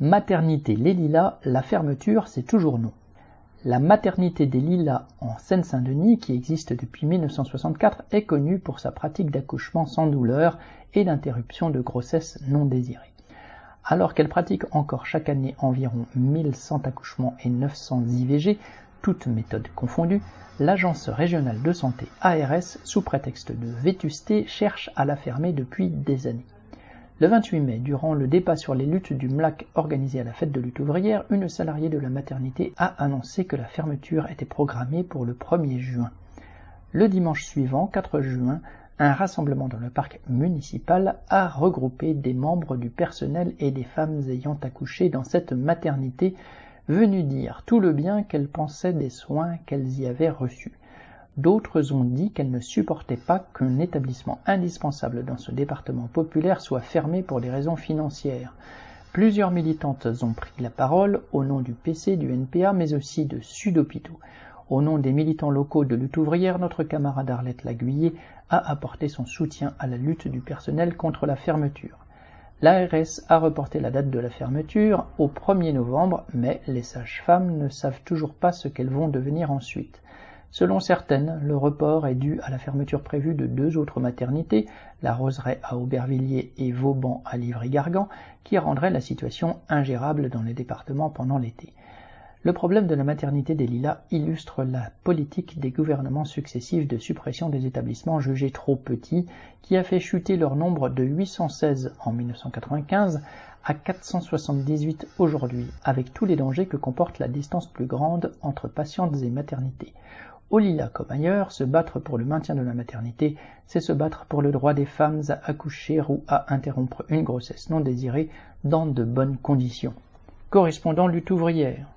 Maternité Les Lilas, la fermeture, c'est toujours non. La maternité des Lilas en Seine-Saint-Denis, qui existe depuis 1964, est connue pour sa pratique d'accouchement sans douleur et d'interruption de grossesse non désirée. Alors qu'elle pratique encore chaque année environ 1100 accouchements et 900 IVG, toutes méthodes confondues, l'Agence régionale de santé ARS, sous prétexte de vétusté, cherche à la fermer depuis des années. Le 28 mai, durant le débat sur les luttes du MLAC organisé à la fête de lutte ouvrière, une salariée de la maternité a annoncé que la fermeture était programmée pour le 1er juin. Le dimanche suivant, 4 juin, un rassemblement dans le parc municipal a regroupé des membres du personnel et des femmes ayant accouché dans cette maternité, venus dire tout le bien qu'elles pensaient des soins qu'elles y avaient reçus. D'autres ont dit qu'elles ne supportaient pas qu'un établissement indispensable dans ce département populaire soit fermé pour des raisons financières. Plusieurs militantes ont pris la parole au nom du PC, du NPA, mais aussi de Sud Hôpitaux. Au nom des militants locaux de lutte ouvrière, notre camarade Arlette Laguiller a apporté son soutien à la lutte du personnel contre la fermeture. L'ARS a reporté la date de la fermeture au 1er novembre, mais les sages-femmes ne savent toujours pas ce qu'elles vont devenir ensuite. Selon certaines, le report est dû à la fermeture prévue de 2 autres maternités, la Roseraie à Aubervilliers et Vauban à Livry-Gargan, qui rendraient la situation ingérable dans les départements pendant l'été. Le problème de la maternité des Lilas illustre la politique des gouvernements successifs de suppression des établissements jugés trop petits, qui a fait chuter leur nombre de 816 en 1995 à 478 aujourd'hui, avec tous les dangers que comporte la distance plus grande entre patientes et maternités. Aux Lilas comme ailleurs, se battre pour le maintien de la maternité, c'est se battre pour le droit des femmes à accoucher ou à interrompre une grossesse non désirée dans de bonnes conditions. Correspondant lutte ouvrière.